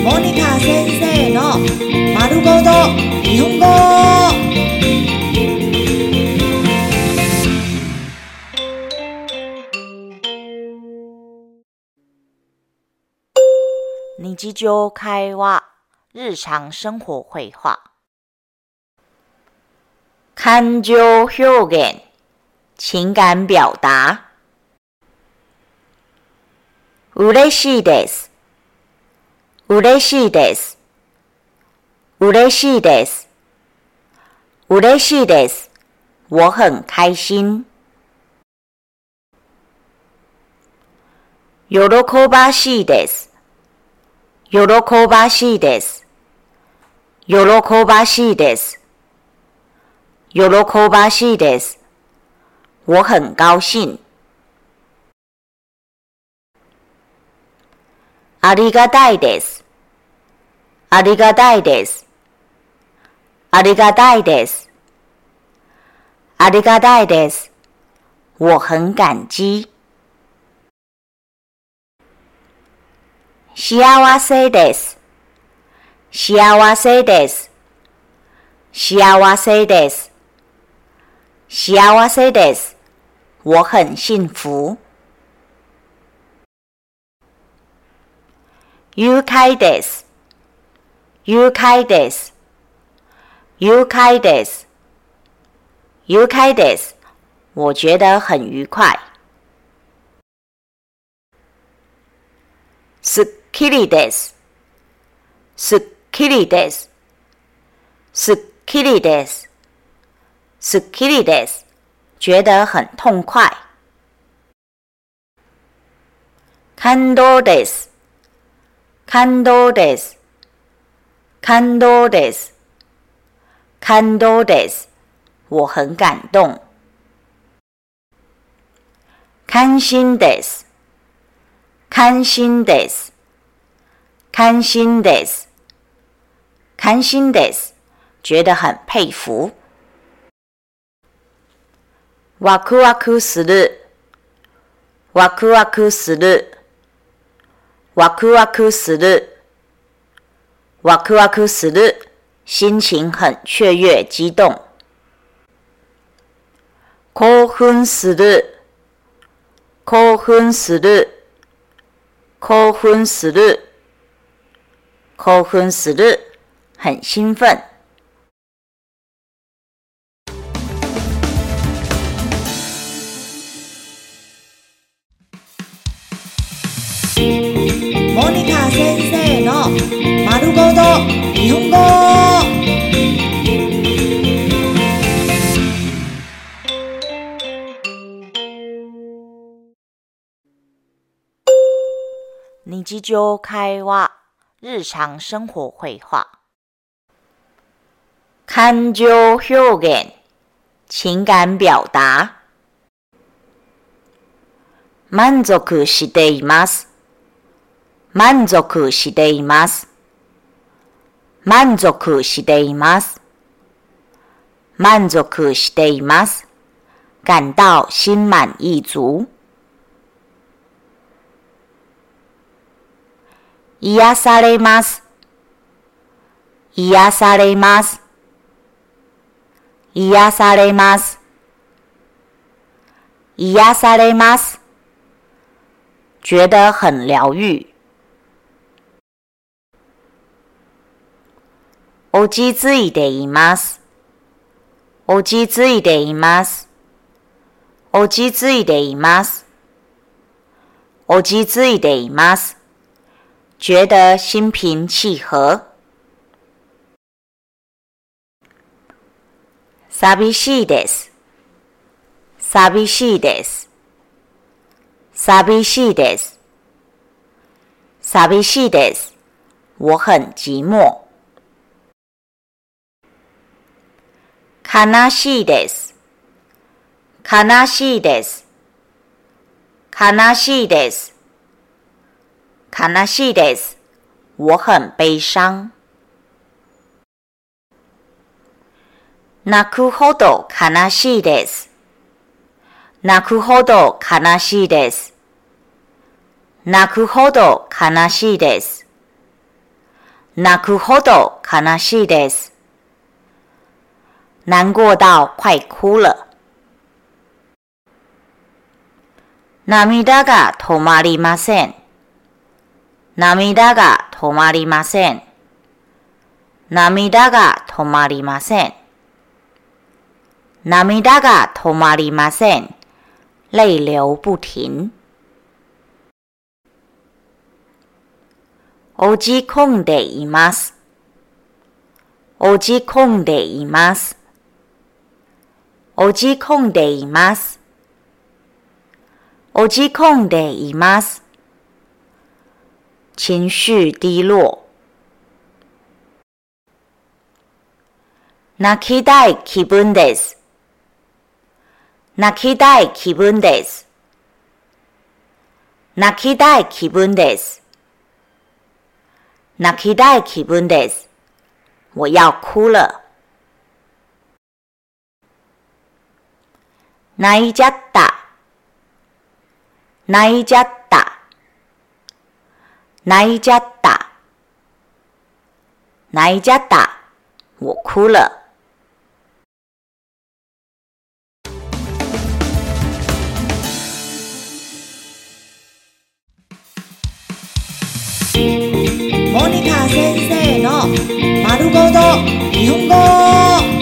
モニカ先生の丸ごと日本語。 日常会話、日常生活会話。感情表現、情感表達。嬉しいです。嬉しいです。嬉しいです。嬉しいです。我很開心。喜ばしいです。喜ばしいです。喜ばしいです。喜ばしいです。我很高興。ありがたいです。ありがたいです。ありがたいです。ありがたいです。我很感激。幸せです。幸せです。幸せです。幸せです。我很幸福。愉快です。愉快です。愉快です。愉快です。我觉得很愉快。すっきりです。すっきりです。すっきりです。すっきりです。觉得很痛快。感動です。感動です。感動です。感動です。我很感動。開心です。開心です。開心です。開心です。觉得很佩服。ワクワクする。ワクワクする。ワクワクする。ワクワクする。心情很雀跃激動。興奮する。興奮する。興奮する。興奮する。很興奮。 モニカ先生の丸ごと日本語。 日常会話、日常生活会話。感情表現、情感表達。満足しています。満足しています。満足しています。満足しています。感到心滿意足。癒されます。癒されます。癒されます。癒されます。觉得很療癒。落ち着いています。落ち着いています。落ち着いています。落ち着いています。觉得心平氣和。寂しいです。寂しいです。寂しいです。寂しいです。我很寂寞。悲しいです。悲しいです。悲しいです。悲しいです。我很悲傷。泣くほど悲しいです。泣くほど悲しいです。泣くほど悲しいです。 泣くほど悲しいです。难过到快哭了。涙が止まりません。涙が止まりません。涙が止まりません。涙が止まりません。泪流不停。落ち込んでいます。落ち込んでいます。落ち込んでいます。落ち込んでいます。情緒低落。泣きたい気分です。泣きたい気分です。泣きたい気分です。泣きたい気分です。我要哭了。泣いちゃった。泣いちゃった。泣いちゃった。泣いちゃった。我哭了。 モニカ先生の丸ごと日本語。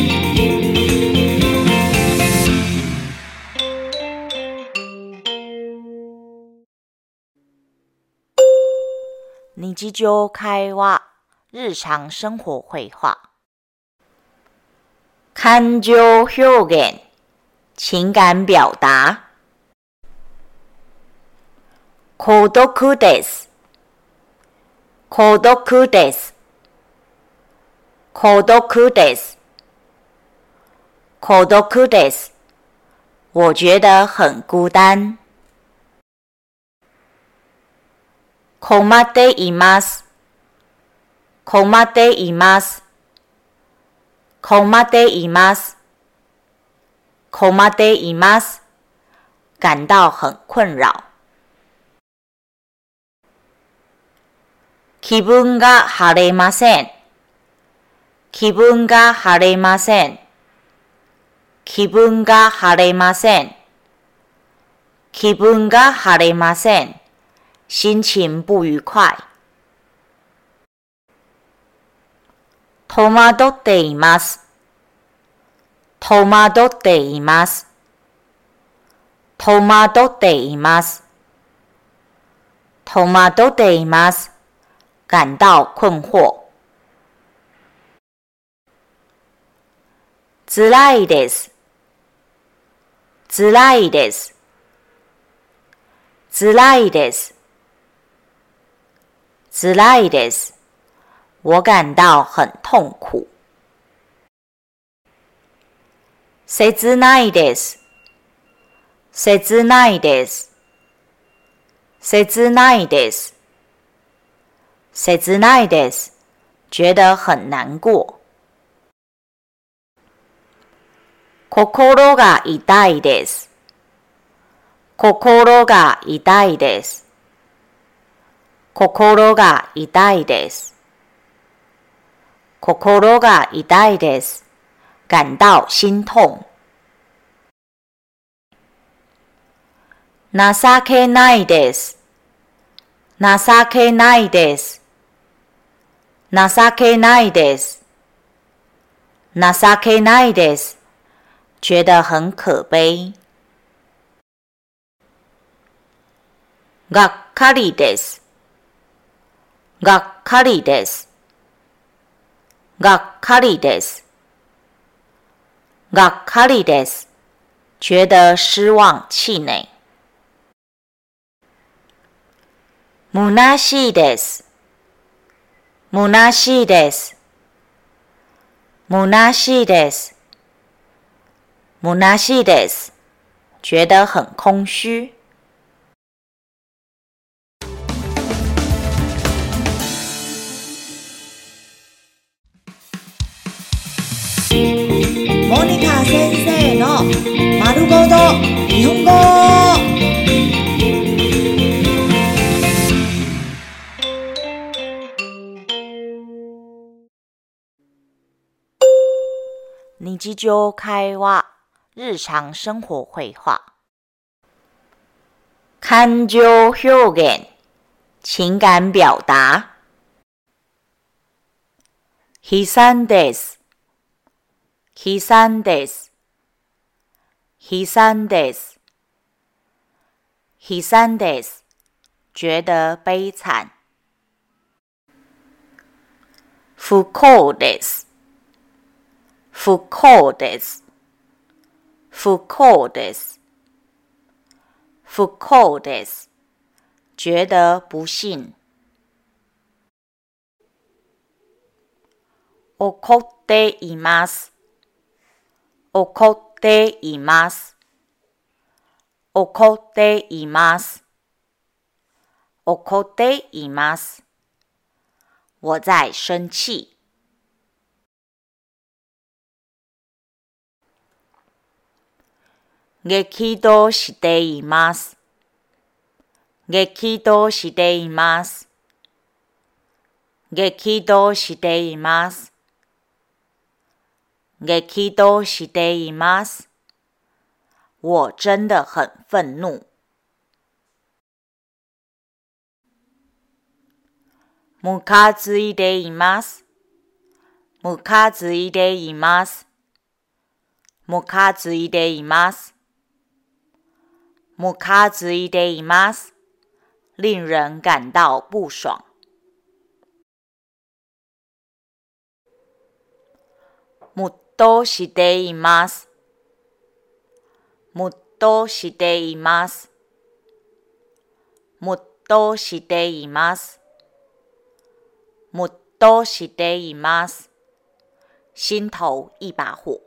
日常会話、日常生活会話。感情表現、情感表達。孤独です。孤独です。孤独です。孤独です。我觉得很孤单。困っています。困っています。困っています。困っています。感到很困扰。気分が晴れません。気分が晴れません。気分が晴れません。気分が晴れません。心情不愉快。戸惑っています。戸惑っています。戸惑っています。戸惑っています。感到困惑。辛いです。辛いです。辛いです。辛いです。我感到很痛苦。切ないです。切ないです。切ないです。切ないです。觉得很難過。心が痛いです。心が痛いです。心が痛いです。心が痛いです。感到心痛。情けないです。情けないです。情けないです。情けないです。觉得很可悲。がっかりです。がっかりです。がっかりです。がっかりです。觉得失望气馁。虚しいです。虚しいです。虚しいです。虚しいです。觉得很空虚。 モニカ先生の丸ごと日本語。 日常会話、日常生活会話。感情表現、情感表達。悲惨です。悲惨です。悲惨です。悲惨です。覺得悲慘。不幸です。不幸です。不幸です。不幸です。覺得不幸。怒っています。怒っています。怒っています。怒っています。我在生氣。激怒しています。激怒しています。激怒しています。激怒しています。我真的很憤怒。ムカついています。ムカついています。ムカついています。ムカついています。令人感到不爽。ムッとしています。ムッとしています。ムッとしています。ムッとしています。心頭一把火。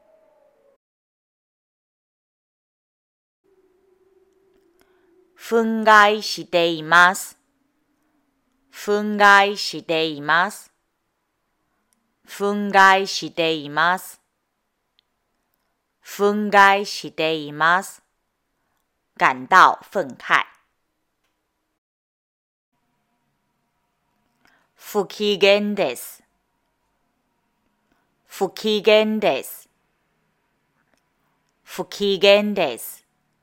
憤慨しています。憤慨しています。憤慨しています。憤慨しています。感到憤慨。不機嫌です。不機嫌です。不機嫌です。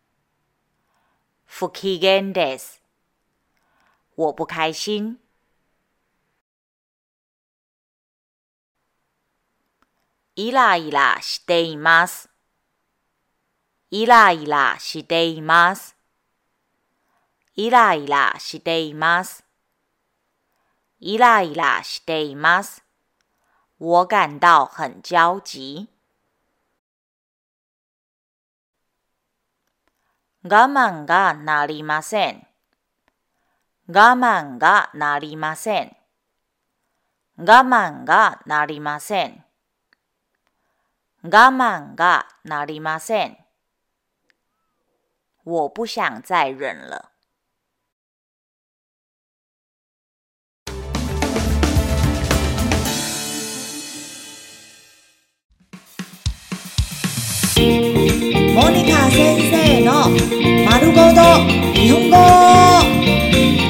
不機嫌です。我不開心。イライラしています。イライラしています。イライラしています。イライラしています。我感到很焦急。我慢がなりません。我慢がなりません。我慢がなりません。我慢がなりません。我不想再忍了。 モニカ先生の丸ごと日本語。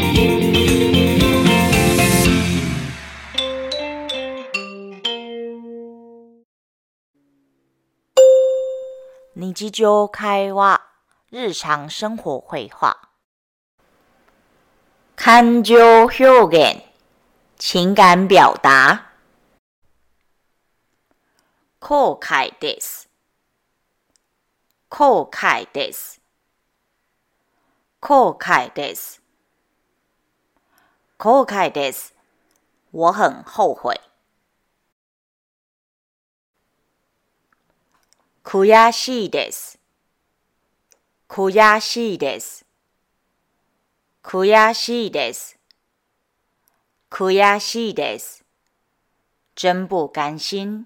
日常会話、日常生活会話。感情表現、情感表達。後悔です。後悔です。後悔です。後悔です。我很後悔。悔しいです。悔しいです。悔しいです。悔しいです。真不甘心。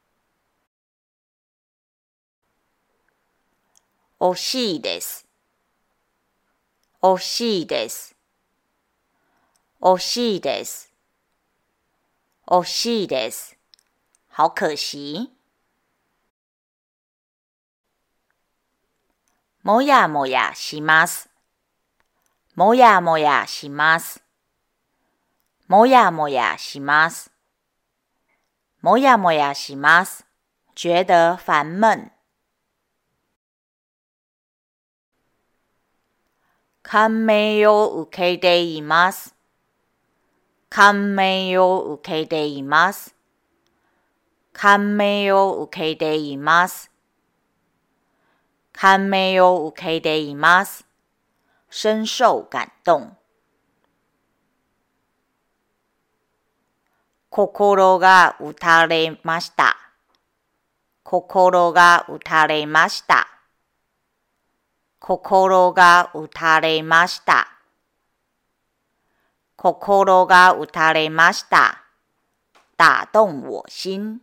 惜しいです。惜しいです。惜しいです。惜しいです。好可惜。もやもやします。もやもやします。もやもやします。もやもやします。 觉得烦闷。感銘を受けています。感銘を受けています。感銘を受けています。感銘を受けています。深受感動。心が打たれました。心が打たれました。心が打たれました。心が打たれました。打動我心。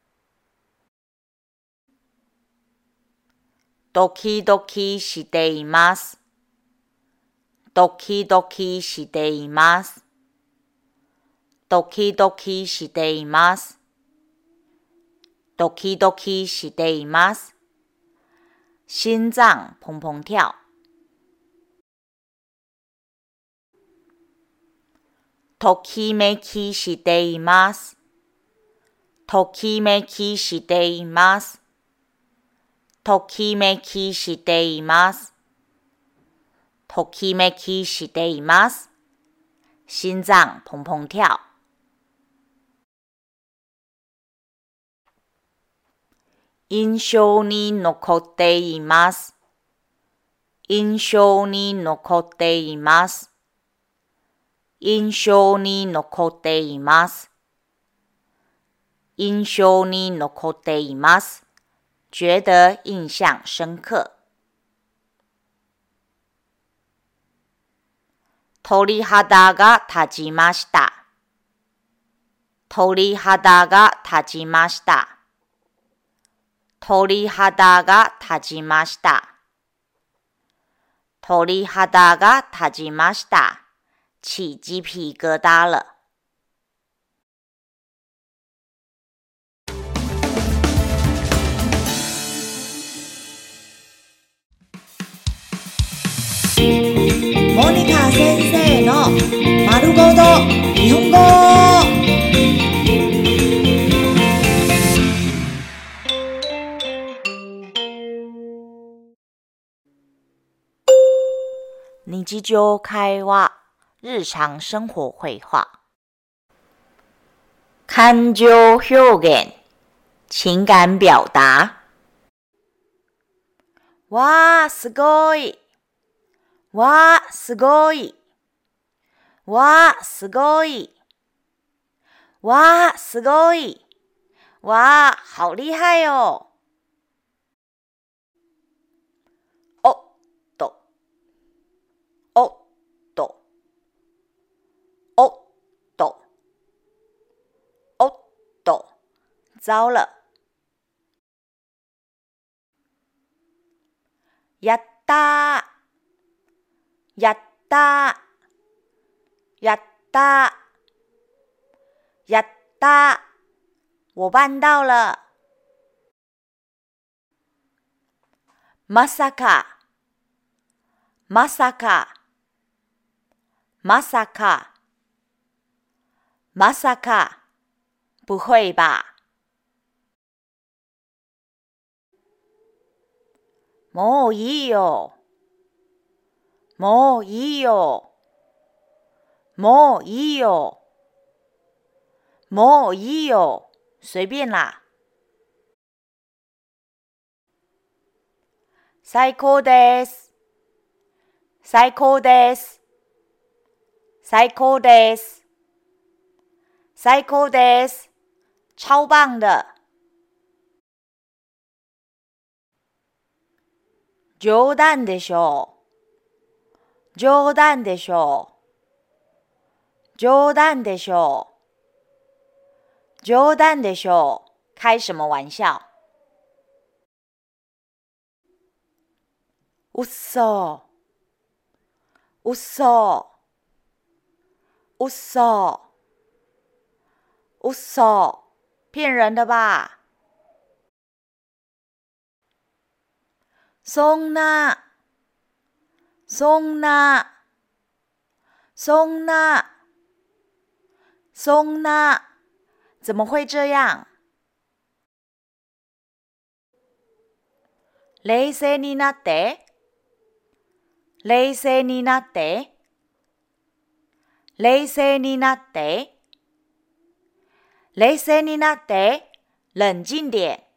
ドキドキしています。ドキドキしています。ドキドキしています。ドキドキしています。心脏砰砰跳。ときめきしています。ときめきしています。ときめきしています。ときめきしています。心脏砰砰跳。印象に残っています。印象に残っています。印象に残っています。印象に残っています。觉得印象深刻。鳥肌が立ちました。鳥肌が立ちました。鳥肌が立ちました。鳥肌が立ちました。起鸡皮疙瘩了。 モニカ先生の丸ごと日本語。 日常会話、日常生活会話。感情表現、情感表達。わー、すごい。わー、すごい。わー、すごい。わー、すごい。わー、好厲害哦。おっと。おっと。おっと。おっと。糟了。やったー。やったー。やったー。やったー。我办到了。まさか。まさか。まさか。まさか。不会吧。もういいよ。もういいよ。もういいよ。もういいよ。随便啦。最高です。最高です。最高です。最高です。超棒的。冗談でしょう。冗談でしょう。冗談でしょう。冗談でしょう。開什么玩笑。うっそ。うっそ。うっそ。うっそ。骗人的吧。そんな。そんな。そんな。そんな。怎么会这样？ 冷静になって、冷静になって、冷静になって、冷静になって、冷静点。